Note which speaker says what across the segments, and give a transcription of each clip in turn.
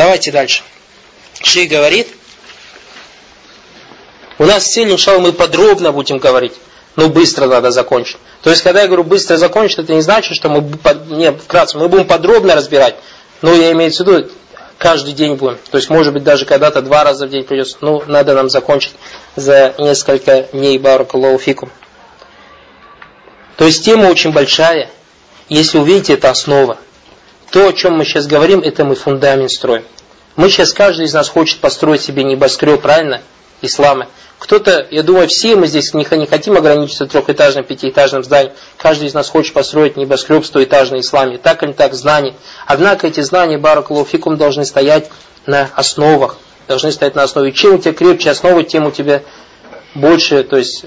Speaker 1: Давайте дальше. Шейх говорит, у нас цель, иншаллах, мы подробно будем говорить, но быстро надо закончить. То есть, когда я говорю быстро закончить, это не значит, что мы вкратце, мы будем подробно разбирать, но я имею в виду, каждый день будем. То есть, может быть, даже когда-то 2 раза в день придется. Ну, надо нам закончить за несколько дней. Баракаллаху фикум. То есть, тема очень большая. Если увидите, это основа. То, о чем мы сейчас говорим, это мы фундамент строим. Мы сейчас, каждый из нас хочет построить себе небоскреб, правильно? Ислама. Кто-то, я думаю, все мы здесь не хотим ограничиться 3-этажным, 5-этажным зданием. Каждый из нас хочет построить небоскреб 100-этажный исламе. Так или так, знания. Однако эти знания, баракаллаху фикум, должны стоять на основах. Должны стоять на основе. Чем у тебя крепче основа, тем у тебя больше, то есть,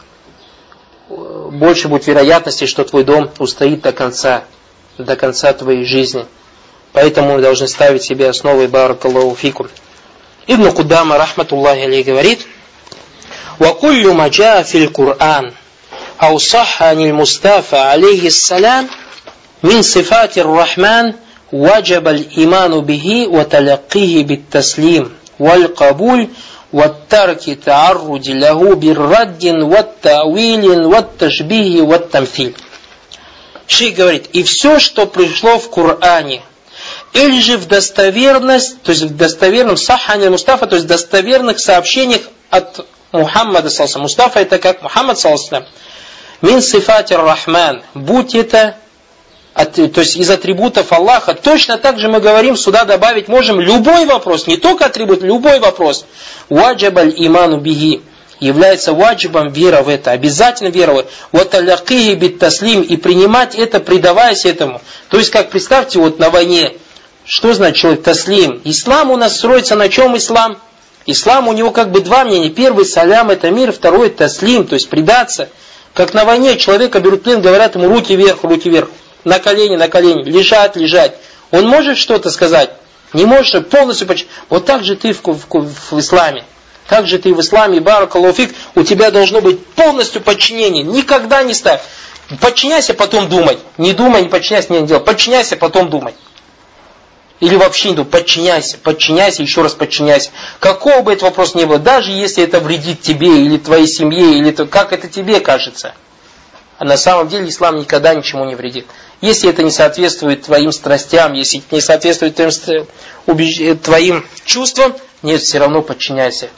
Speaker 1: больше будет вероятности, что твой дом устоит до конца твоей жизни. Поэтому мы должны ставить себе основы, баракаллаху фикум. Ибн Кудама, рахматуллахи алейхи, говорит: وَكُلُّ مَا جَاءَ فِي الْقُرْآنِ أَوْ صَحَّ عَنِ الْمُصْطَفَى عَلَيْهِ السَّلَامِ مِنْ صِفَاتِ الرَّحْمَنِ وَجَبَ الْإِيمَانُ بِهِ وَتَلَقِّيهِ بِالتَّسْلِيمِ وَالْقَبُولِ وَالتَّرْكِ تَعَرُّجِ لَهُ بِالرَّدِّ وَالتَّأْوِيلِ وَالتَّشْبِيهِ وَالتَّمْثِيلِ. Шейх говорит, и все, что пришло в Коране, или же в достоверность, то есть в достоверном сахане Мустафа, то есть в достоверных сообщениях от Мухаммада саллаллаху алейхи. Мустафа это как Мухаммад саллаллаху алейхи. Мин сифати рахман, будь это, то есть из атрибутов Аллаха. Точно так же мы говорим, сюда добавить можем любой вопрос, не только атрибут, любой вопрос. Ваджабаль иману бихи, является ваджибом вера в это, обязательно вера в это. Ваталякихи бит таслим, и принимать это, предаваясь этому. То есть, как представьте, вот на войне, что значит человек таслим? Ислам у нас строится на чем ислам? Ислам у него как бы 2 мнения. Первый салям это мир, второй таслим, то есть предаться. Как на войне человека берут плен, говорят ему руки вверх, на колени, лежать. Он может что-то сказать? Не может, полностью почти. Вот так же ты в исламе. Так же ты в исламе, баракаллаху фик, у тебя должно быть полностью подчинение. Никогда не ставь. Подчиняйся, потом думай. Не думай, не подчиняйся, не делай. Подчиняйся, потом думай. Или вообще не думай. Подчиняйся, еще раз подчиняйся. Какого бы это вопрос ни был, даже если это вредит тебе, или твоей семье, или то, как это тебе кажется. А на самом деле ислам никогда ничему не вредит. Если это не соответствует твоим страстям, если это не соответствует твоим чувствам, нет, все равно подчиняйся.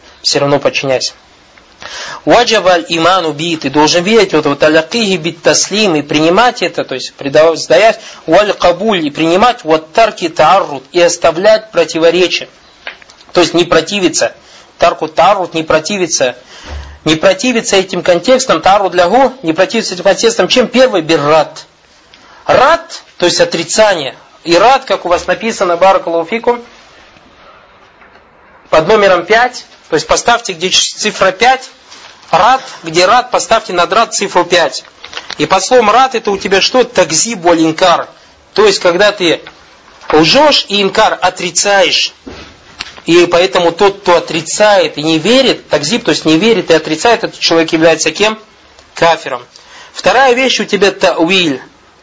Speaker 1: Ваджабаль иману би, ты должен верить в это, алякихи бит таслим, и принимать это, то есть сдаять, валь кабуль, и принимать, вот тарки тааррут, и оставлять противоречия. То есть не противиться. Тарку тааррут, не противиться этим контекстом, тааррут лягу, не противиться этим контекстом, чем первый биррат. Рад, то есть отрицание. И рад, как у вас написано, баракаллаху фикум, под номером 5, то есть поставьте, где цифра 5, рад, где рад, поставьте над рад цифру 5. И под словом рад это у тебя что? Такзиб валь инкар. То есть, когда ты лжешь и инкар отрицаешь. И поэтому тот, кто отрицает и не верит, такзиб, то есть не верит и отрицает, этот человек является кем? Кафиром. Вторая вещь у тебя та'виль.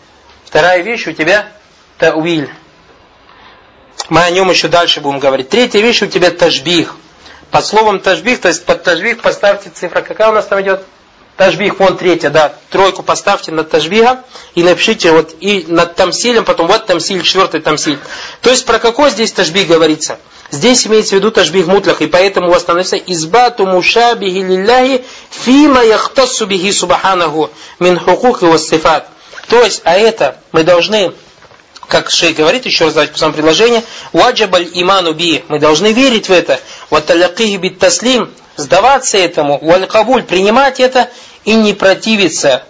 Speaker 1: Мы о нем еще дальше будем говорить. Третья вещь у тебя ташбих. Под словом ташбих, то есть под ташбих поставьте цифра, какая у нас там идет? Ташбих, вон 3, да. 3 поставьте над ташбиха и напишите вот и над тамсилем, потом вот тамсиль, 4 тамсиль. То есть про какой здесь ташбих говорится? Здесь имеется в виду ташбих мутлах, и поэтому у вас становится избату мушабихи лилляхи фима яхтассу бихи субханаху мин хукуки ва сифат. То есть, а это мы должны, как шейх говорит, еще раз давайте посмотрим предложение, ваджабаль иману би, мы должны верить в это, ваталякихи бит таслим, сдаваться этому, валь кабуль, принимать это и не противиться,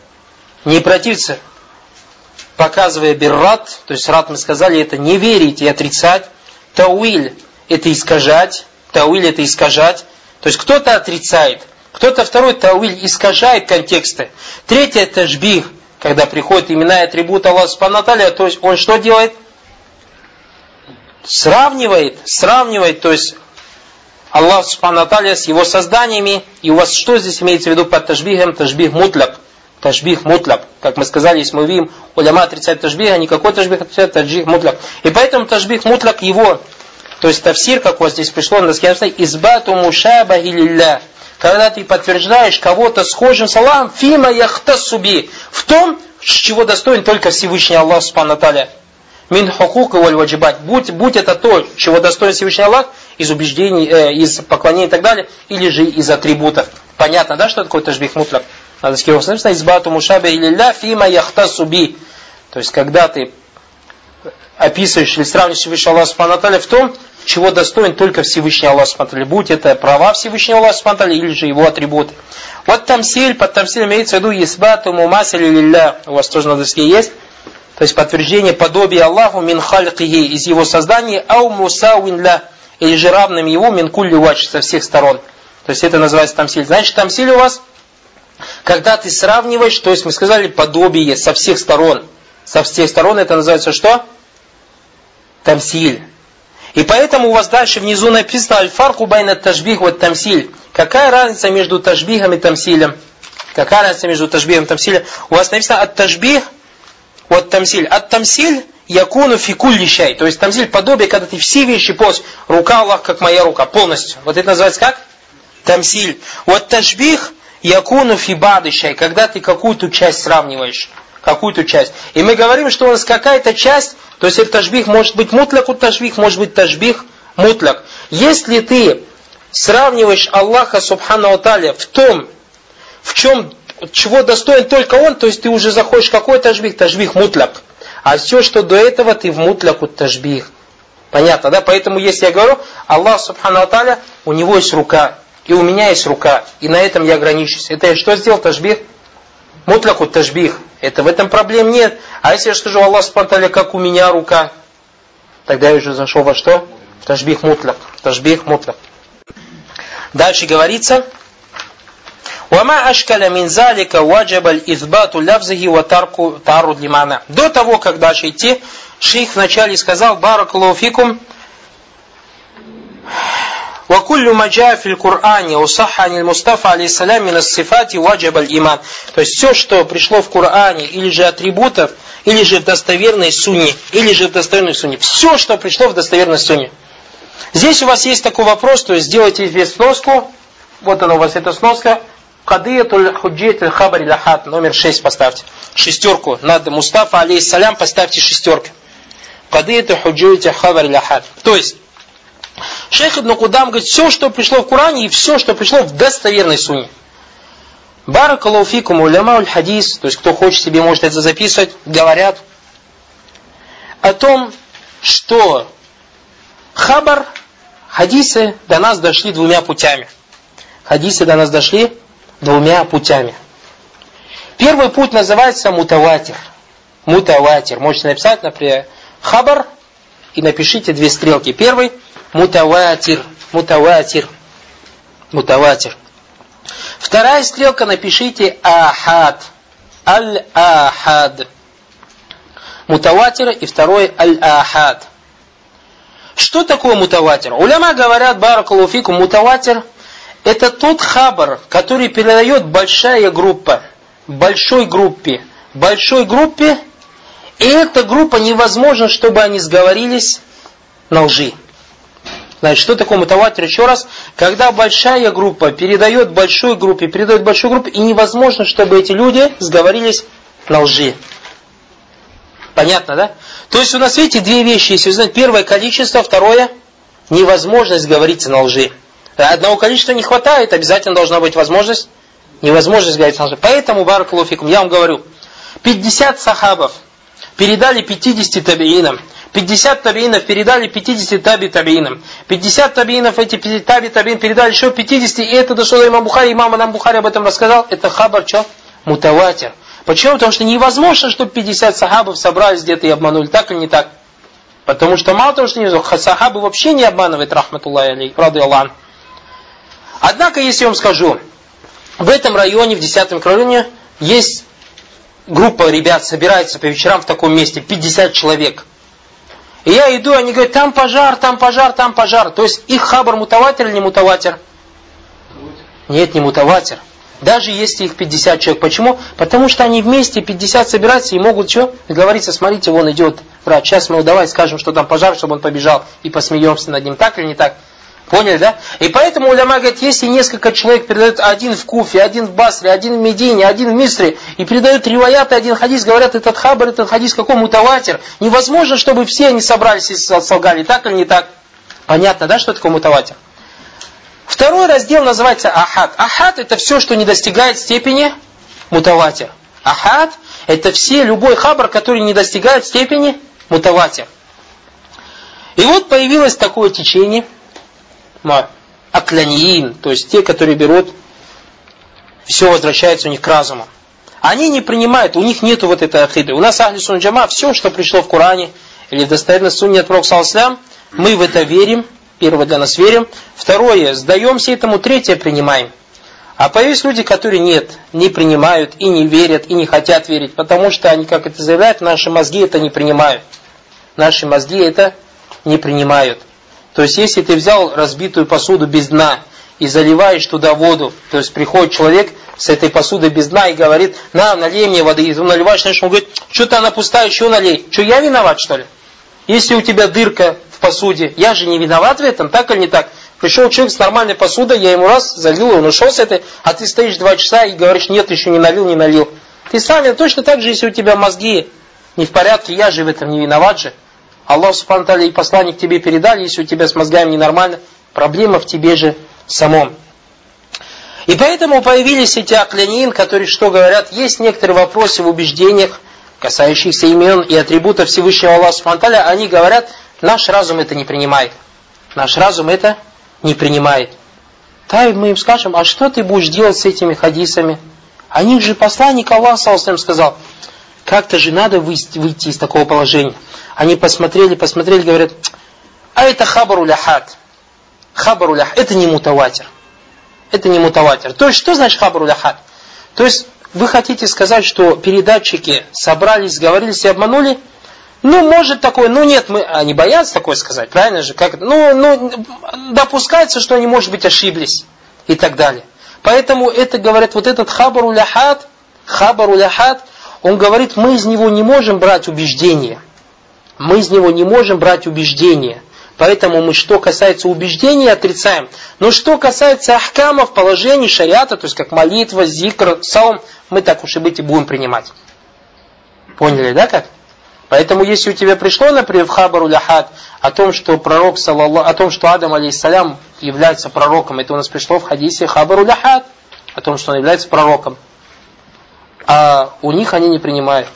Speaker 1: показывая биррат, то есть рад мы сказали, это не верить и отрицать, тауиль это искажать, то есть кто-то отрицает, кто-то второй тауиль искажает контексты, третье ташбих, когда приходят имена и атрибуты Аллаха Субхану ва Тааля, то есть он что делает? Сравнивает, то есть Аллах Субхану ва Тааля с его созданиями. И у вас что здесь имеется в виду под ташбихом? Ташбих мутляк. Как мы сказали, если мы видим, уляма отрицает ташбих, а никакой ташбих отрицает ташбих мутляк. И поэтому ташбих мутляк его То есть тафсир, как у вас здесь пришло на доске, избату мушабахи лилля. Когда ты подтверждаешь кого-то схожим с Аллахом, фима яхтасуби, в том, с чего достоин только Всевышний Аллах Субхану ва Тааля. Мин хукук валь ваджибат. Будь это то, чего достоин Всевышний Аллах, из убеждений, из поклонений и так далее, или же из атрибутов. Понятно, да, что такое ташбих мутляк? Надо сказать, написано, избату мушабахи лилля, фима яхтасуби. То есть, когда ты описываешь или сравниваешь Всевышний Аллах Субхану ва Тааля в том, чего достоин только Всевышний Аллах Субхану ва Тааля. Будь это права Всевышнего Аллаха Субхану ва Тааля, или же его атрибуты. Вот тамсиль, под тамсиль имеется в виду избату мумасили лилля. У вас тоже на доске есть. То есть подтверждение подобия Аллаху мин халькихи, из его создания, ау мусауин ля, или же равным его мин кулли вадж, со всех сторон. То есть это называется тамсиль. Значит, тамсиль у вас, когда ты сравниваешь, то есть мы сказали подобие со всех сторон. Со всех сторон это называется что? Тамсиль. И поэтому у вас дальше внизу написано аль-фарку байна ташбих вот тамсиль. Какая разница между ташбихом и тамсилем? Какая разница между ташбихом и тамсилем? У вас написано ат-ташбих вот тамсиль. Ат-тамсиль якуну фи кулли шай. То есть тамсиль подобие, когда ты все вещи полностью. Рука Аллах, как моя рука, полностью. Вот это называется как? Тамсиль. Вот ташбих якуну фи бады шай. Когда ты какую-то часть сравниваешь. Какую-то часть. И мы говорим, что у нас какая-то часть, то есть это ташбих может быть мутляк от ташбих, может быть ташбих мутляк. Если ты сравниваешь Аллаха Субхану ва Тааля в том, в чем, чего достоин только Он, то есть ты уже заходишь в какой ташбих? Ташбих мутляк. А все, что до этого, ты в мутляк от ташбих. Понятно, да? Поэтому, если я говорю, Аллах Субхану ва Тааля, у него есть рука, и у меня есть рука, и на этом я ограничусь. Это я что сделал? Ташбих? Мутляк от ташбих. Это в этом проблем нет. А если я скажу Аллах Субхану ва Тааля, как у меня рука, тогда я уже зашел во что? Ташбих мутляк. Ташбих мутляк. Дальше говорится: «Вама ашкаля мин залика ваджабаль избату лявзахи ва тарку таруд лимана». До того, как дальше идти, шейх вначале сказал: «Баракаллаху фикум, ва куллю маджа фил Кур'ане усахха аниль Мустафа алейхиссалям мин ас-сифати ваджабаль иман». То есть все, что пришло в Коране, или же атрибутов, или же в достоверной сунне, или же в достоверной сунне. Все, что пришло в достоверной сунне. Здесь у вас есть такой вопрос, то есть сделайте здесь сноску. Вот она у вас, эта сноска. Кадиятуль худжиятуль хабари лахат, номер 6 поставьте. Шестерку. Над Мустафа алейхиссалям поставьте шестерку. Кадиятуль худжиятуль хабари лахат. То есть, шейх Ибн Кудам говорит, все, что пришло в Коране, и все, что пришло в достоверной сунне. Баракаллаху фикум уляма аль-хадис, то есть кто хочет себе может это записывать, говорят о том, что хабар, хадисы до нас дошли двумя путями. Хадисы до нас дошли двумя путями. Первый путь называется мутаватир. Мутаватир. Можете написать, например, хабар и напишите две стрелки. Первый мутаватир. Мутаватир. Мутаватир. Вторая стрелка напишите ахад. Аль-ахад. Мутаватир и второй аль-ахад. Что такое мутаватир? Уляма говорят, баракаллаху фикум, мутаватир это тот хабар, который передает большая группа, большой группе, и эта группа невозможно, чтобы они сговорились на лжи. Значит, что такое мутаватир? Еще раз, когда большая группа передает большой группе, и невозможно, чтобы эти люди сговорились на лжи. Понятно, да? То есть у нас, видите, две вещи, если вы знаете, первое количество, второе невозможность говориться на лжи. Одного количества не хватает, обязательно должна быть возможность, невозможность говорить на лжи. Поэтому, баракаллаху фикум, я вам говорю, 50 сахабов передали 50 табиинам, 50 табиинов передали 50 табиинам, 50 табиинов эти табиин передали еще 50, и это дошло до имама Бухари, имам Бухари об этом рассказал, это хабар, что? Мутаватир. Почему? Потому что невозможно, чтобы 50 сахабов собрались где-то и обманули, так или не так. Потому что мало того, что не сахабы вообще не обманывают, рахматуллахи алейхи, рады Аллах. Однако, если я вам скажу, в этом районе, в 10-м микрорайоне, есть группа ребят, собирается по вечерам в таком месте, 50 человек. И я иду, они говорят, там пожар, там пожар, там пожар. То есть их хабар мутаватир или не мутаватир? Нет, не мутаватир. Даже если их 50 человек. Почему? Потому что они вместе 50 собираются и могут что? Договориться, смотрите, вон идет врач. Сейчас мы его давай скажем, что там пожар, чтобы он побежал, и посмеемся над ним. Так или не так? Поняли, да? И поэтому уляма говорит, если несколько человек передают, один в Куфе, один в Басре, один в Медине, один в Мисре, и передают риваяты, один хадис, говорят, этот хабар, этот хадис какой мутаватир. Невозможно, чтобы все они собрались и солгали. Так или не так? Понятно, да, что такое мутаватир? Второй раздел называется ахад. Ахад это все, что не достигает степени мутаватир. Ахад это все, любой хабар, который не достигает степени мутаватир. И вот появилось такое течение, акланиин, то есть те, которые берут, все возвращается у них к разуму. Они не принимают, у них нету вот этой акиды. У нас ахли сунна джама, все, что пришло в Коране или в достоверной сунне от пророка саллаллаху алейхи ва саллям, мы в это верим. Первое, для нас верим. Второе, сдаемся этому. Третье, принимаем. А появились люди, которые нет, не принимают и не верят, и не хотят верить, потому что они, как это заявляют, наши мозги это не принимают. Наши мозги это не принимают. То есть, если ты взял разбитую посуду без дна и заливаешь туда воду, то есть приходит человек с этой посудой без дна и говорит, налей мне воды, и ты наливаешь, знаешь, он говорит, что-то она пустая, еще налей. Что, я виноват, что ли? Если у тебя дырка в посуде, я же не виноват в этом, так или не так? Пришел человек с нормальной посудой, я ему раз залил, он ушел с этой, а ты стоишь 2 часа и говоришь, нет, еще не налил. Ты сам, точно так же, если у тебя мозги не в порядке, я же в этом не виноват же. Аллах субхану тааля и посланник тебе передали, если у тебя с мозгами ненормально, проблема в тебе же самом. И поэтому появились эти аклянин, которые что говорят, есть некоторые вопросы в убеждениях, касающихся имен и атрибутов Всевышнего Аллаха субхану тааля, они говорят, наш разум это не принимает. Наш разум это не принимает. Так мы им скажем, а что ты будешь делать с этими хадисами? О них же посланник Аллаха саллаллаху алейхи ва саллям сказал, как-то же надо выйти из такого положения. Они посмотрели, говорят, а это хабаруль ахад. Хабаруль ахад, это не мутаватир. Это не мутаватир. То есть, что значит хабаруль ахад? То есть, вы хотите сказать, что передатчики собрались, сговорились и обманули? Может такое, нет, они боятся такое сказать, правильно же? Допускается, что они, может быть, ошиблись и так далее. Поэтому это говорят, вот этот хабаруль ахад, он говорит, мы из него не можем брать убеждения. Поэтому мы, что касается убеждений, отрицаем. Но что касается ахкамов, положений, шариата, то есть как молитва, зикр, саум, мы так уж и быть и будем принимать. Поняли, да, как? Поэтому, если у тебя пришло, например, в хабаруль ахад о том, что Адам алейхиссалям является пророком, это у нас пришло в хадисе хабаруль ахад, о том, что он является пророком. А у них они не принимают.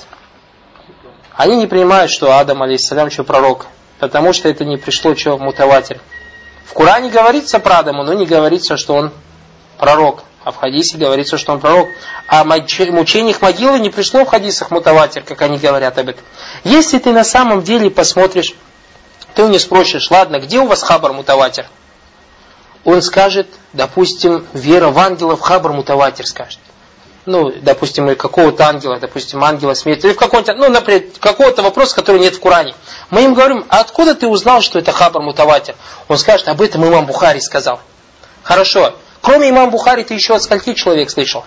Speaker 1: Они не принимают, что Адам алейхиссалям что пророк, потому что это не пришло в мутаватир. В Коране говорится про Адама, но не говорится, что он пророк. А в хадисе говорится, что он пророк. А мучениях могилы не пришло в хадисах мутаватир, как они говорят об этом. Если ты на самом деле посмотришь, ты у него спросишь, ладно, где у вас хабар мутаватир? Он скажет, допустим, вера в ангелов хабар мутаватир скажет. Допустим, или какого-то ангела, ангела смерти, или в какого-то, например, какого-то вопроса, который нет в Коране. Мы им говорим, а откуда ты узнал, что это хабар мутаватир? Он скажет, об этом имам Бухари сказал. Хорошо. Кроме имама Бухари, ты еще от скольки человек слышал?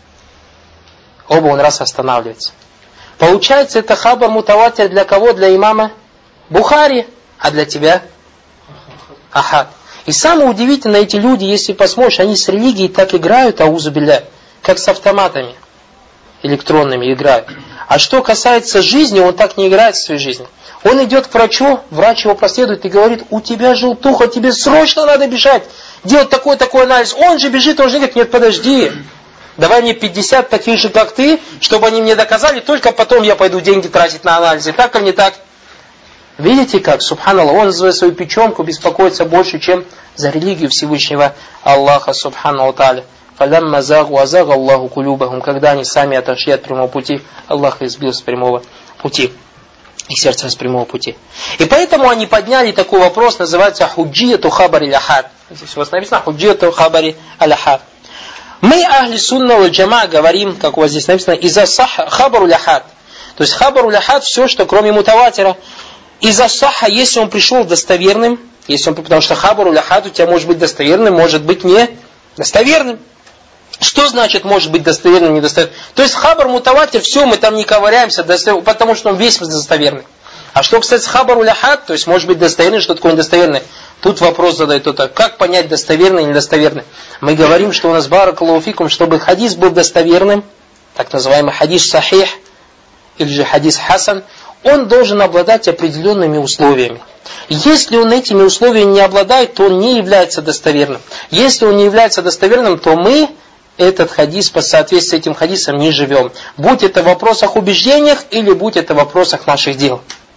Speaker 1: Оба он раз останавливается. Получается, это хабар мутаватир для кого? Для имама Бухари, а для тебя? Ахад. И самое удивительное, эти люди, если посмотришь, они с религией так играют, аузу билля, как с автоматами электронными играют. А что касается жизни, он так не играет в своей жизни. Он идет к врачу, врач его проследует и говорит, у тебя желтуха, тебе срочно надо бежать, делать такой анализ. Он же бежит, он же говорит, нет, подожди, давай мне 50 таких же, как ты, чтобы они мне доказали, только потом я пойду деньги тратить на анализы. Так или не так? Видите как, субханаллах, он за свою печенку беспокоится больше, чем за религию Всевышнего Аллаха, субханаллаху тааля. Фалямма загу азага Аллаху кулюбахум, когда они сами отошли от прямого пути, Аллах их сбил с прямого пути. Их сердце с прямого пути. И поэтому они подняли такой вопрос, называется худжияту хабари ляхад. Здесь у вас написано худжияту хабари аляхад. Мы, ахли сунна валь джама, говорим, как у вас здесь написано, иза саха хабару ляхад. То есть хабару ляхад все, что кроме мутаватира. Иза саха, если он пришел достоверным, потому что хабару ляхад у тебя может быть достоверным, может быть не достоверным. Что значит может быть достоверным, недостоверным? То есть хабар мутаватир, все, мы там не ковыряемся, потому что он весь достоверный. А что, кстати, хабар уляхат, то есть может быть достоверный, что такое недостоверный? Тут вопрос задает кто-то, как понять достоверный и недостоверный? Мы говорим, что у нас баракаллаху фикум, чтобы хадис был достоверным, так называемый хадис сахих, или же хадис хасан, он должен обладать определенными условиями. Если он этими условиями не обладает, то он не является достоверным. Если он не является достоверным, то мы этот хадис по соответствии с этим хадисом не живем. Будь это в вопросах убеждениях или будь это в вопросах наших дел.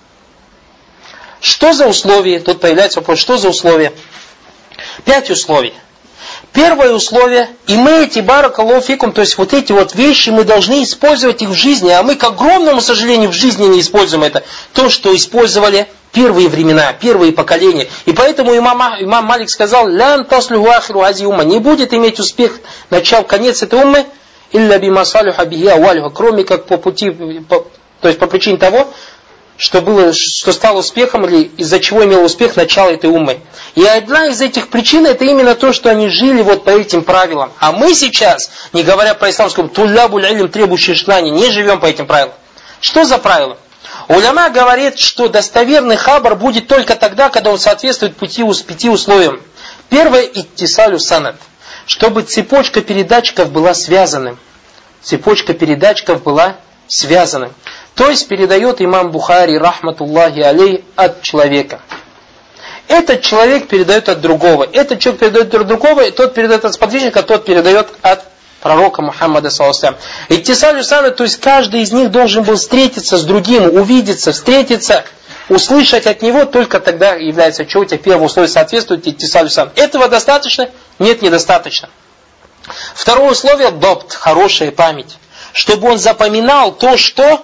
Speaker 1: Что за условия? Тут появляется вопрос, что за условия? 5 условий. Первое условие, и мы эти баракаллаху фикум, то есть вот эти вот вещи, мы должны использовать их в жизни, а мы, к огромному сожалению, в жизни не используем это. То, что использовали первые времена, первые поколения. И поэтому имам Малик сказал, «Лян таслюху ахиру ази умма», не будет иметь успех, начал конец этой уммы, «Илля бима салюха бихи ауалюха», кроме как по пути, то есть по причине того, что стало успехом, или из-за чего имел успех начало этой уммы. И одна из этих причин, это именно то, что они жили вот по этим правилам. А мы сейчас, не говоря про исламскую, туллябуль илм, требующие знаний, не живем по этим правилам. Что за правила? Уляма говорит, что достоверный хабар будет только тогда, когда он соответствует 5 условиям. Первое, иттисалю санад, чтобы цепочка передатчиков была связанным. Цепочка передатчиков была связанным. То есть передает имам Бухари, рахматуллахи алей, от человека. Этот человек передает от другого. Этот человек передает от другого, и тот передает от сподвижника, тот передает от пророка Мухаммада саллаллаху. Иттисалю санад, то есть каждый из них должен был встретиться с другим, увидеться, встретиться, услышать от него, только тогда является, что у тебя первое условие соответствует иттисалю санад. Этого достаточно? Нет, недостаточно. Второе условие, добт, хорошая память. Чтобы он запоминал то, что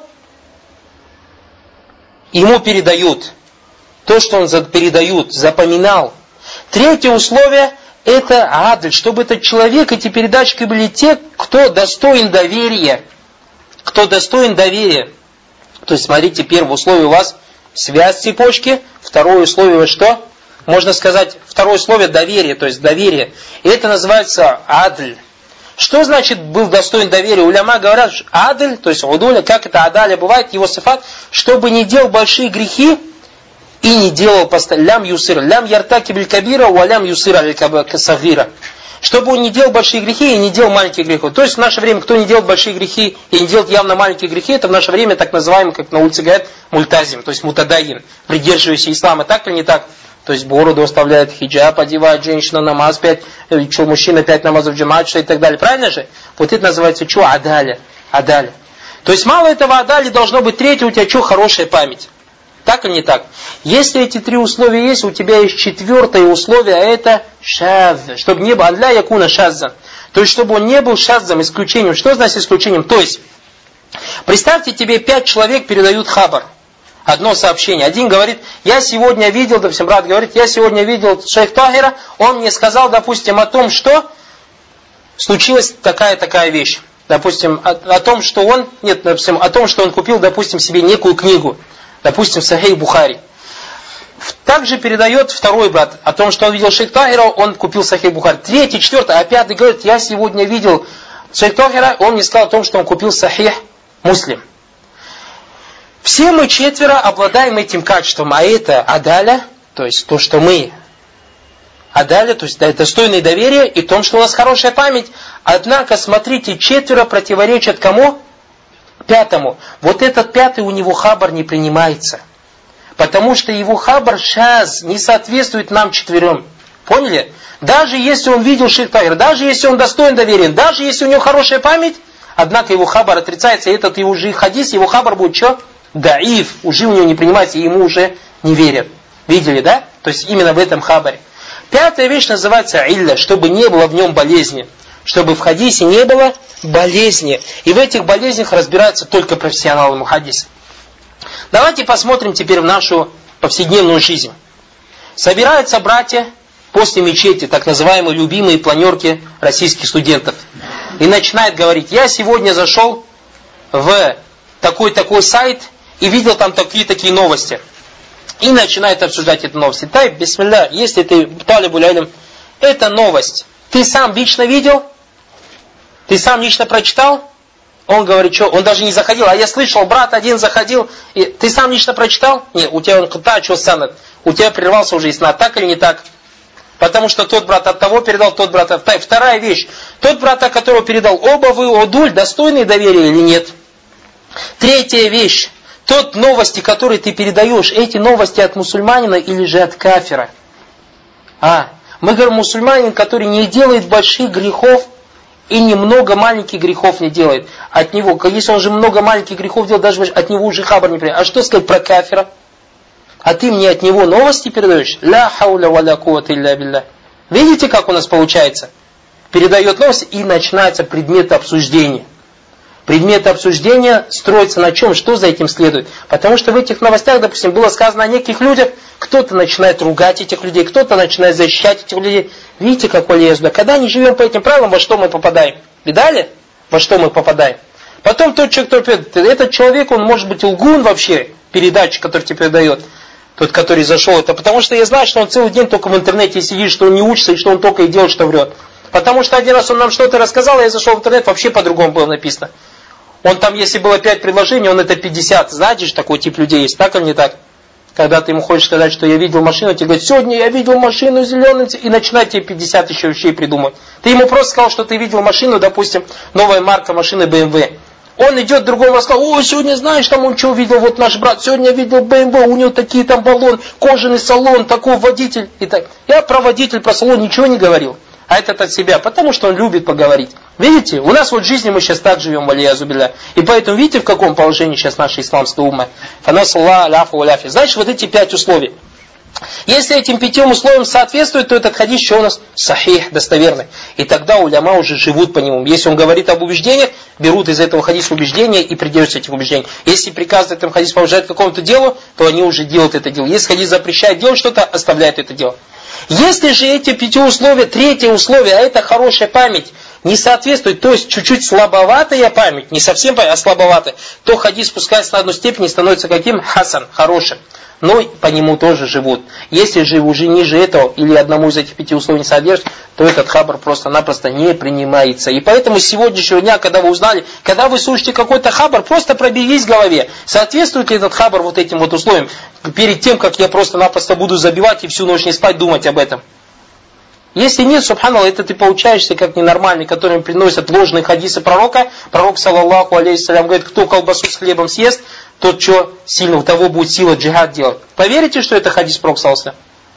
Speaker 1: ему передают. То, что он передают, запоминал. Третье условие, это адль, чтобы этот человек, эти передатчики были те, кто достоин доверия. Кто достоин доверия. То есть, смотрите, первое условие у вас связь цепочки. Второе условие что? Можно сказать, второе условие доверие, то есть доверие. И это называется адль. Что значит был достоин доверия? Уляма говорят, что адль, то есть удуля, как это адаля бывает, его сифат, чтобы не делал большие грехи и не делал лям юсир, лям яртаки биль кабира, ва лям юсир аль касагира. Чтобы он не делал большие грехи и не делал маленькие грехи. То есть в наше время, кто не делает большие грехи и не делает явно маленькие грехи, это в наше время так называемый, как на улице говорят, мультазим, то есть мутадайин, придерживающийся ислама. Так или не так? То есть бороду оставляет, хиджаб одевает, женщина намаз 5, что мужчина 5 намазов джамаат, что и так далее. Правильно же? Вот это называется что? Адаля. Адаля. То есть мало этого адали должно быть третье, у тебя что? Хорошая память. Так или не так? Если эти 3 условия есть, у тебя есть 4-е условие, а это шаз. Чтобы не был адля якуна шаззан. То есть чтобы он не был шаззом, исключением. Что значит исключением? То есть, представьте, тебе 5 человек передают хабар. Одно сообщение. Один говорит, я сегодня видел, допустим, брат говорит, я сегодня видел шейх Тахира, он мне сказал, допустим, о том, что случилась такая вещь. Допустим, о том, что он, нет, допустим, о том, что он купил, допустим, себе некую книгу. Допустим, Сахих Бухари. Также передает второй брат о том, что он видел шейх Тахира, он купил Сахих Бухари. 3-й, 4-й, а 5-й говорит, я сегодня видел шейх Тахира, он мне сказал о том, что он купил Сахих Муслим. Все мы 4 обладаем этим качеством, а это адаля, то есть то, что мы адаля, то есть достойное доверия, и то, что у нас хорошая память. Однако, смотрите, 4 противоречат кому? 5-му. Вот этот 5-й у него хабар не принимается. Потому что его хабар шаз не соответствует нам 4. Поняли? Даже если он видел шейх Тахир, даже если он достоин доверия, даже если у него хорошая память, однако его хабар отрицается, и этот его же хадис, его хабар будет что? Даиф, уже у него не принимается, и ему уже не верят. Видели, да? То есть именно в этом хабаре. 5-я вещь называется илля, чтобы не было в нем болезни. Чтобы в хадисе не было болезни. И в этих болезнях разбираются только профессионалы мухаддиса. Давайте посмотрим теперь в нашу повседневную жизнь. Собираются братья после мечети, так называемые любимые планерки российских студентов. И начинают говорить, я сегодня зашел в такой-такой сайт и видел там такие новости. И начинает обсуждать эти новости. Тайб, бисмилля, если ты талибуль илм, это новость. Ты сам лично видел? Ты сам лично прочитал? Он говорит, что? Он даже не заходил. А я слышал, брат один заходил. И ты сам лично прочитал? Нет, у тебя он кта, что санад? У тебя прервался уже иснад. Так или не так? Потому что тот брат от того передал, тот брат от того. Вторая вещь. Тот брат, от которого передал, оба вы, одуль, достойны доверия или нет? Третья вещь. Тот новости, которые ты передаешь, эти новости от мусульманина или же от кафира? Мы говорим, мусульманин, который не делает больших грехов и немного маленьких грехов не делает. От него, если он же много маленьких грехов делает, даже от него уже хабар не принимает. А что сказать про кафира? А ты мне от него новости передаешь? Ля хауля ва ля куввата илля билля. Видите, как у нас получается? Передает новости и начинается предмет обсуждения. Предмет обсуждения строится на чем? Что за этим следует? Потому что в этих новостях, допустим, было сказано о неких людях, кто-то начинает ругать этих людей, кто-то начинает защищать этих людей. Видите, как полезно. Когда не живем по этим правилам, во что мы попадаем? Видали? Во что мы попадаем? Потом тот человек, который передает, этот человек, он может быть лгун вообще, передатчик, который тебе передает. Тот, который зашел, это потому что я знаю, что он целый день только в интернете сидит, что он не учится и что он только и делает, что врет. Потому что один раз он нам что-то рассказал, а я зашел в интернет, вообще по-другому было написано. Он там, если было 5 предложений, он это 50. Знаете же, такой тип людей есть, так или не так? Когда ты ему хочешь сказать, что я видел машину, тебе говорят, сегодня я видел машину зеленую, и начинает тебе 50 еще вещей придумать. Ты ему просто сказал, что ты видел машину, допустим, новая марка машины BMW. Он идет другому рассказал, сегодня знаешь, там он что увидел, вот наш брат, сегодня я видел BMW, у него такие там баллон, кожаный салон, такой водитель. И так. Я про водитель, про салон ничего не говорил. А этот от себя, потому что он любит поговорить. Видите, у нас вот в жизни мы сейчас так живем, валиязу билля. И поэтому видите, в каком положении сейчас наша исламская умма. Фанасалла аляфу аляфи. Значит, вот эти 5 условий. Если этим 5 условиям соответствует, то этот хадис что у нас? Сахих, достоверный. И тогда уляма уже живут по нему. Если он говорит об убеждениях, берут из этого хадиса убеждения и придерживаются этих убеждений. Если приказывает этому хадису побуждать к какому-то делу, то они уже делают это дело. Если хадис запрещает делать что-то, оставляют это дело. Если же эти 5 условия, третье условие, а это хорошая память, не соответствует, то есть чуть-чуть слабоватая память, не совсем память, а слабоватая, то хадис спускается на одну степень и становится каким? Хасан, хорошим. Но по нему тоже живут. Если же уже ниже этого или одному из этих 5 условий не содержит, то этот хабар просто-напросто не принимается. И поэтому с сегодняшнего дня, когда вы узнали, когда вы слушаете какой-то хабар, просто пробегись в голове. Соответствует ли этот хабар вот этим вот условиям? Перед тем, как я просто-напросто буду забивать и всю ночь не спать, думать об этом. Если нет, субханаллах, это ты получаешься как ненормальный, которым приносят ложные хадисы пророка. Пророк, саллаллаху алейхиссалям, говорит, кто колбасу с хлебом съест, тот что сильно, у того будет сила джихад делать. Поверите, что это хадис пророк саллаллаху?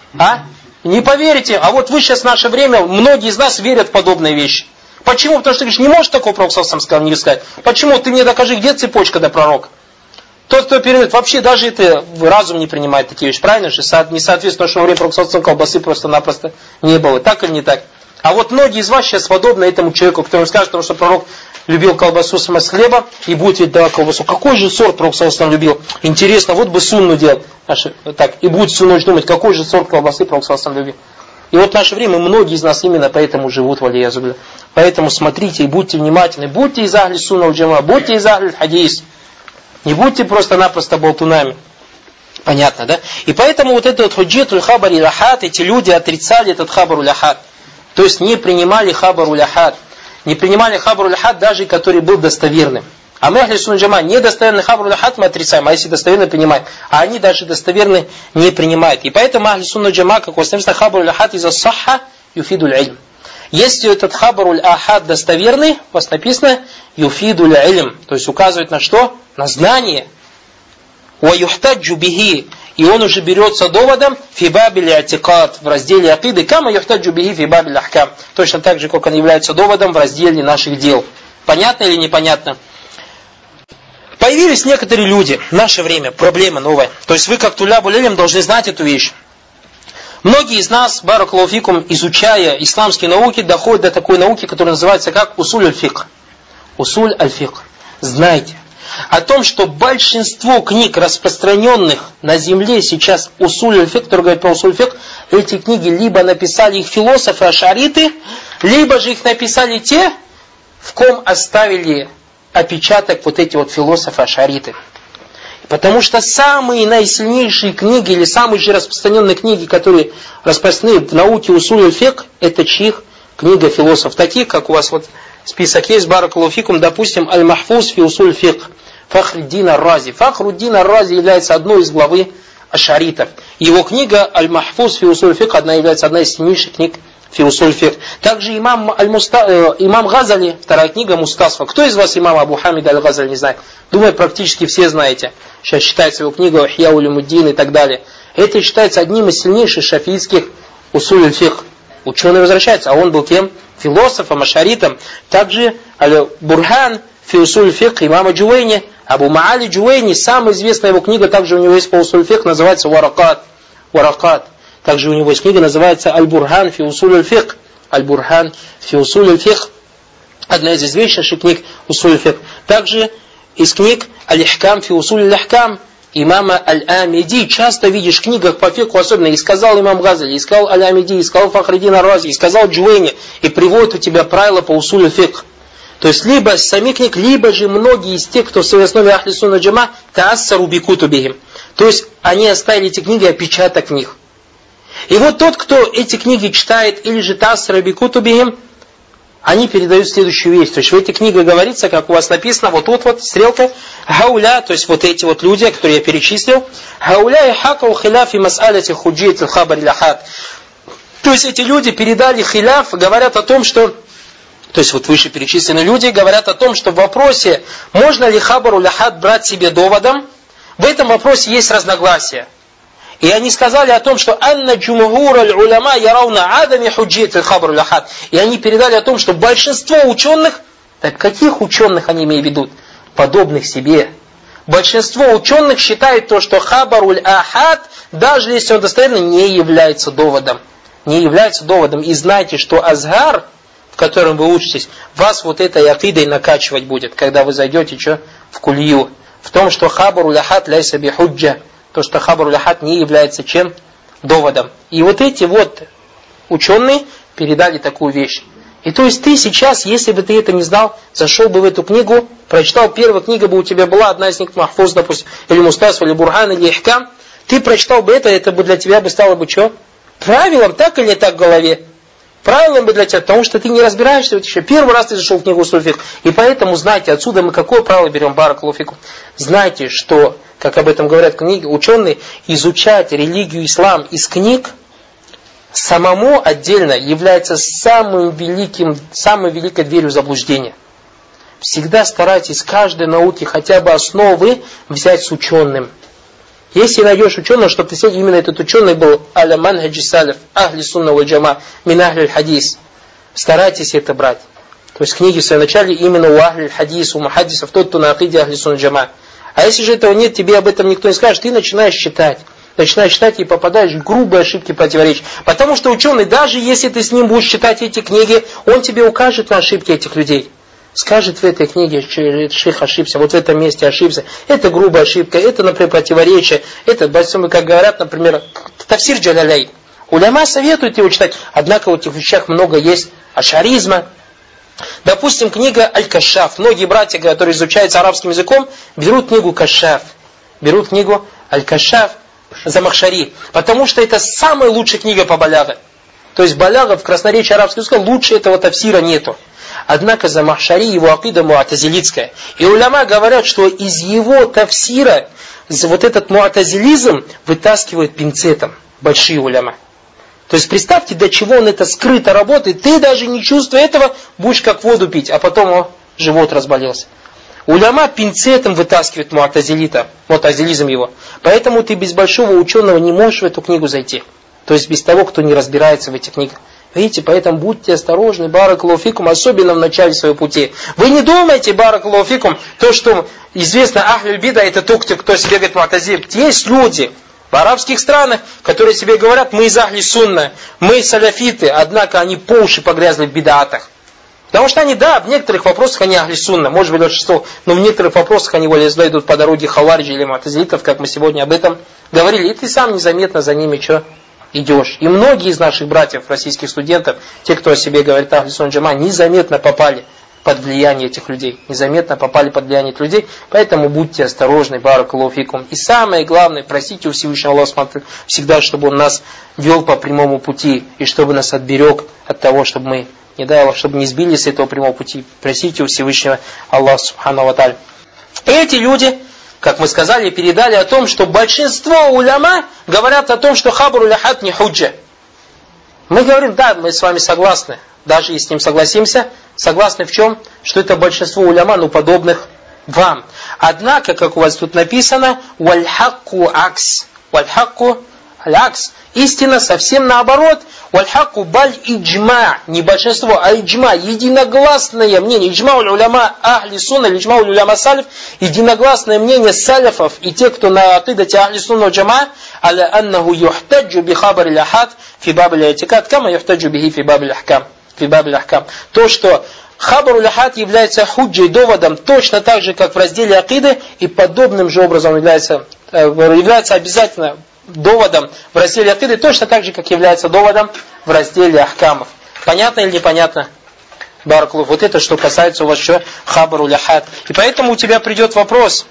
Speaker 1: Не поверите. А вот вы сейчас в наше время, многие из нас верят в подобные вещи. Почему? Потому что ты говоришь, не можешь такого пророк саллаллаху не сказать. Почему? Ты мне докажи, где цепочка до пророка. Тот, кто передает, вообще даже это разум не принимает такие вещи. Правильно же? Не соответственно, что во время пророка саллаллаху колбасы просто-напросто не было. Так или не так? А вот многие из вас сейчас подобны этому человеку, который скажет, потому что пророк любил колбасу с хлеба и будет ведь давать колбасу. Какой же сорт пророк саллаллаху любил? Интересно, вот бы сунну делать. Так, и будет всю ночь думать, какой же сорт колбасы пророк саллаллаху любил. И вот в наше время многие из нас именно поэтому живут, валиязу билля. Поэтому смотрите и будьте внимательны. Будьте из ахли сунна валь-джамаа, будьте из ахли хадис. Не будьте просто-напросто болтунами. Понятно, да? И поэтому вот этот худжитуль хабар и лахат, эти люди отрицали этот хабар уляхат. То есть не принимали хабар уляхат. Не принимали хабар уляхат даже, который был достоверным. А мы, ахли сунна джама, недостоверный хабар уляхат мы отрицаем, а если достоверный, принимаем. А они даже достоверный не принимают. И поэтому ахли сунна джама, как у вас написано, хабар уляхат из-за сахха юфидуль ильм. Если этот хабар уль-ахад достоверный, у вас написано юфидуль ильм, то есть указывает на что? На знание. Ва юхтаджу бихи, и он уже берется доводом фи бабиль атикад, в разделе акиды, кама юхтаджу бихи фи бабиль ахкам. Точно так же, как он является доводом в разделе наших дел. Понятно или непонятно? Появились некоторые люди в наше время, проблема новая. То есть вы, как тулябуль илм, должны знать эту вещь. Многие из нас, баракаллаху фикум, изучая исламские науки, доходят до такой науки, которая называется как усуль аль-фикх. Усуль аль-фикх. Знайте о том, что большинство книг, распространенных на земле сейчас усуль аль-фикх, которые говорят про усуль аль-фикх, эти книги либо написали их философы ашариты, либо же их написали те, в ком оставили отпечаток вот эти вот философы ашариты. Потому что самые наисильнейшие книги, или самые же распространенные книги, которые распространены в науке усуль аль-фикх, это чьих? Книга философов. Таких, как у вас вот список есть, баракаллаху фикум, допустим, Аль-Махфуз фи усуль фикх, Фахруддин ар-Рази. Фахруддин ар-Рази является одной из главы ашаритов. Его книга Аль-Махфуз фи усуль фикх является одной из сильнейших книг фи усуль фикх. Также имам Газали, вторая книга Мустасфа. Кто из вас имам Абу Хамид аль-Газали не знает? Думаю, практически все знаете. Сейчас считается его книга Ихья улумуддин и так далее. Это считается одним из сильнейших шафиитских усуль фикх. Ученый возвращается, а он был кем? Философом, ашаритом. Также Аль-Бурхан фи усуль фикх имама Джувейни. Абу Маали Джувейни, самая известная его книга, также у него есть по усуль фикх, называется Варакат. Также у него есть книга, называется Аль-Бурхан фи усуль фикх. Аль-Бурхан фи усуль фикх. Одна из известнейших книг усуль фикх. Также из книг Аль-Ихкам фи усуль ахкам имама Аль-Амиди. Часто видишь в книгах по фикху, особенно, и сказал имам Газали, и сказал Аль-Амиди, и сказал Фахруддин ар-Рази, и сказал Джувейни, и приводит у тебя правила по усуль фикх. То есть, либо с самих книг, либо же многие из тех, кто в своей основе Ахли Сунна Джама, таассару бикутубихим. То есть, они оставили эти книги, опечаток в них. И вот тот, кто эти книги читает, или же таассару бикутубихим, они передают следующую вещь. То есть, в этих книгах говорится, как у вас написано, вот тут вот стрелка, хауля, то есть, вот эти вот люди, которые я перечислил, хауля и хакау хиляфи мас'аляти худжият аль-хабар ляхат. То есть, эти люди передали хиляф, говорят о том, что то есть вот вышеперечисленные люди говорят о том, что в вопросе, можно ли хабару ляхат брать себе доводом, в этом вопросе есть разногласия. И они сказали о том, что анна джумхур аль-уляма ярауна адами худжият аль-хабару ляхат. И они передали о том, что большинство ученых, так каких ученых они имеют в виду? Подобных себе. Большинство ученых считает то, что хабару аль-ахад, даже если он достоверный, не является доводом. Не является доводом. И знайте, что азгар, в котором вы учитесь, вас вот этой акидой накачивать будет, когда вы зайдете в кулью. В том, что хабару ляхат ляйса би худжа. То, что хабару ляхат не является чем? Доводом. И вот эти вот ученые передали такую вещь. И то есть ты сейчас, если бы ты это не знал, зашел бы в эту книгу, прочитал, первая книга бы у тебя была, одна из них Махфуз, допустим, или Мустасфа, или Бурхан, или Ихкам, ты прочитал бы это бы для тебя бы стало бы что? Правилом, так или так в голове? Правилом бы для тебя, потому что ты не разбираешься вот еще. Первый раз ты зашел в книгу усуль фикх. И поэтому знайте, отсюда мы какое правило берем, баракаллаху фикум. Знайте, что, как об этом говорят книги, ученые, изучать религию ислам из книг самому отдельно является самой великой дверью заблуждения. Всегда старайтесь каждой науки хотя бы основы взять с ученым. Если найдешь ученого, чтобы ты сегодня именно этот ученый был аля манхаджи салиф, ахли сунна валь джама, мин ахли хадис, старайтесь это брать. То есть книги в своем начале именно у ахли хадис, у мухаддисов, тот, кто на акиде ахли сунна джама. А если же этого нет, тебе об этом никто не скажет, ты начинаешь читать. Начинаешь читать и попадаешь в грубые ошибки, противоречия. Потому что ученый, даже если ты с ним будешь читать эти книги, он тебе укажет на ошибки этих людей. Скажет в этой книге, шейх ошибся, вот в этом месте ошибся. Это грубая ошибка, это, например, противоречие. Это, как говорят, например, тафсир Джаляляй. Уляма советуют его читать, однако в этих вещах много есть ашаризма. Допустим, книга Аль-Кашаф. Многие братья, которые изучают арабским языком, берут книгу Кашаф. Берут книгу Аль-Кашаф Замахшари. Потому что это самая лучшая книга по баляга. То есть баляга в красноречии арабского языка лучше этого тафсира нету. Однако Замахшари его акида муатазилитская. И уляма говорят, что из его тафсира вот этот муатазилизм вытаскивают пинцетом. Большие уляма. То есть представьте, до чего он это скрыто работает. Ты даже не чувствуя этого, будешь как воду пить, а потом живот разболелся. Уляма пинцетом вытаскивает муатазилизм его. Поэтому ты без большого ученого не можешь в эту книгу зайти. То есть без того, кто не разбирается в этих книгах. Видите, поэтому будьте осторожны, баракаллаху фикум, особенно в начале своего пути. Вы не думайте, баракаллаху фикум, то, что известно ахлюль бида, это только те, кто себе говорит муатазиль. Есть люди в арабских странах, которые себе говорят, мы из ахли сунна, мы саляфиты, однако они по уши погрязли в бидаатах. Потому что они, да, в некоторых вопросах они ахли сунна, может быть, большинство, но в некоторых вопросах они идут по дороге хаварджи или муатазилитов, как мы сегодня об этом говорили. И ты сам незаметно за ними идешь. И многие из наших братьев, российских студентов, те, кто о себе говорит ахли сунна джама, незаметно попали под влияние этих людей. Незаметно попали под влияние этих людей. Поэтому будьте осторожны, баракаллаху фикум. И самое главное, просите у Всевышнего Аллаха всегда, чтобы Он нас вел по прямому пути. И чтобы нас отберег от того, чтобы мы Не дай Аллах, чтобы не сбили с этого прямого пути. Просите у Всевышнего Аллаха Субхану ва Тааля. Эти люди, как мы сказали, передали о том, что большинство уляма говорят о том, что хабаруль ахад не худжа. Мы говорим, да, мы с вами согласны. Даже если с ним согласимся, согласны в чем? Что это большинство уляма, подобных вам. Однако, как у вас тут написано, вальхакку акс. Вальхакку аль-акс. Истина совсем наоборот. Вальхакку баль иджма. Не большинство, а иджма. Единогласное мнение. Иджма уляма ахли сунна, иджма уляма салиф. Единогласное мнение салифов и те, кто на акидате ахли сунна джама, аля аннаху юхтаджу би хабар аль-ахад фи баб аль-атикад, кама юхтаджу бихи фи баб аль-ахкам. То, что хабар аль-ахад является худжей, доводом, точно так же, как в разделе акиды, и подобным же образом является обязательно доводом в разделе акиды, точно так же, как является доводом в разделе ахкамов. Понятно или непонятно? Баракаллаху. Вот это, что касается у вас еще хабар аль-ахад. И поэтому у тебя придет вопрос.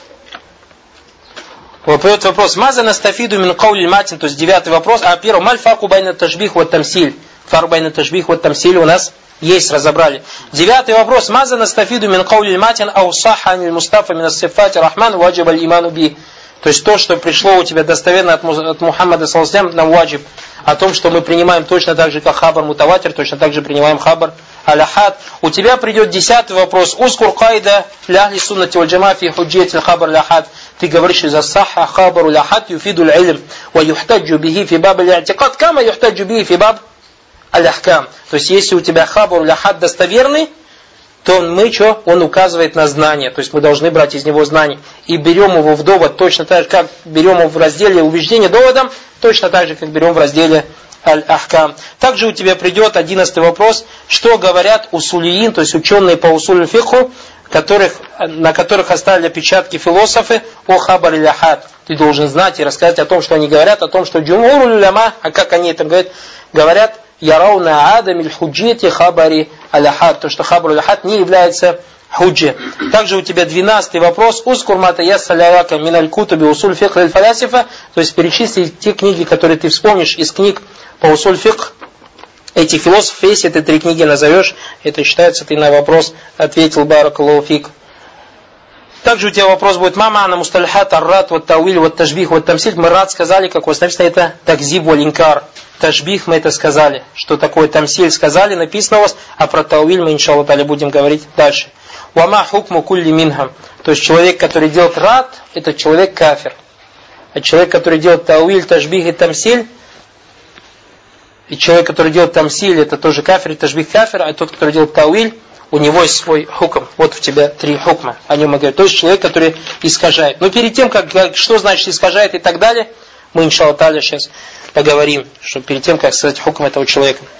Speaker 1: Маза настафиду мин каули матин, то есть 9 вопрос. А первый, маль фарку байна ташбих ва тамсиль. Фарк байна ташбих ва тамсиль у нас есть, разобрали. 9 вопрос. Маза настафиду мин каули матин ау саха аниль мустафа мин ас-сифати рахман ваджиб аль-иману би. То есть то, что пришло у тебя достоверно от Мухаммада саллаллаху алейхи ва саллям, нам ваджиб. О том, что мы принимаем точно так же, как хабар мутаватир, точно так же принимаем хабар аль-ахад. У тебя придет 10 вопрос. Ускур кайда ляхли суннати валь джама фи худжиятил хабар аль-ахад. Ты говоришь, из-за саха хабар аль-ахад юфиду аль-илм ва юхтаджу бихи фи баб аль-и'тикад, кама юхтаджу бихи фи баб аль-ахкам. То есть, если у тебя хабар аль-ахад достоверный, то он указывает на знание. То есть, мы должны брать из него знание. И берем его в довод точно так же, как берем его в разделе убеждения доводом, точно так же, как берем в разделе аль-ахкам. Также у тебя придет 11 вопрос, что говорят усулиин, то есть ученые по усулю фикху, на которых оставили отпечатки философы о хабар аль-ахад. Ты должен знать и рассказать о том, что они говорят, о том, что джумхур уляма, а как они это говорят, ярауна адам иль-худжити хабари аль-ахад, то что хабар аль-ахад не является худжи. Также у тебя 12 вопрос. Ускур мата яссаляка миналь кутуби усуль фикх аль-фалясифа, то есть перечисли те книги, которые ты вспомнишь из книг по усуль фикх этих философов. Если ты 3 книги назовешь, это считается, ты на вопрос ответил. Баракаллаху фик. Также у тебя вопрос будет: мама ана мусталихат аррат вот тауиль вот ташбих вот тамсиль. Мы рад сказали, как у вас написано, это такзиб валь инкар. Ташбих мы это сказали. Что такое тамсиль сказали, написано у вас, а про тауиль мы, иншаллах та'аля, будем говорить дальше. Вама хукму кулли минхам. То есть человек, который делает рад, это человек кафир. А человек, который делает тауиль, ташбих и тамсиль, и человек, который делает тамсиль, это тоже кафир, и ташбих кафир, а тот, который делает тауиль, у него есть свой хукм. Вот у тебя 3 хукма. О нем мы говорим. То есть человек, который искажает. Но перед тем, что значит искажает и так далее, мы, иншаллах та'аля, сейчас поговорим, что перед тем, как сказать хукм этого человека.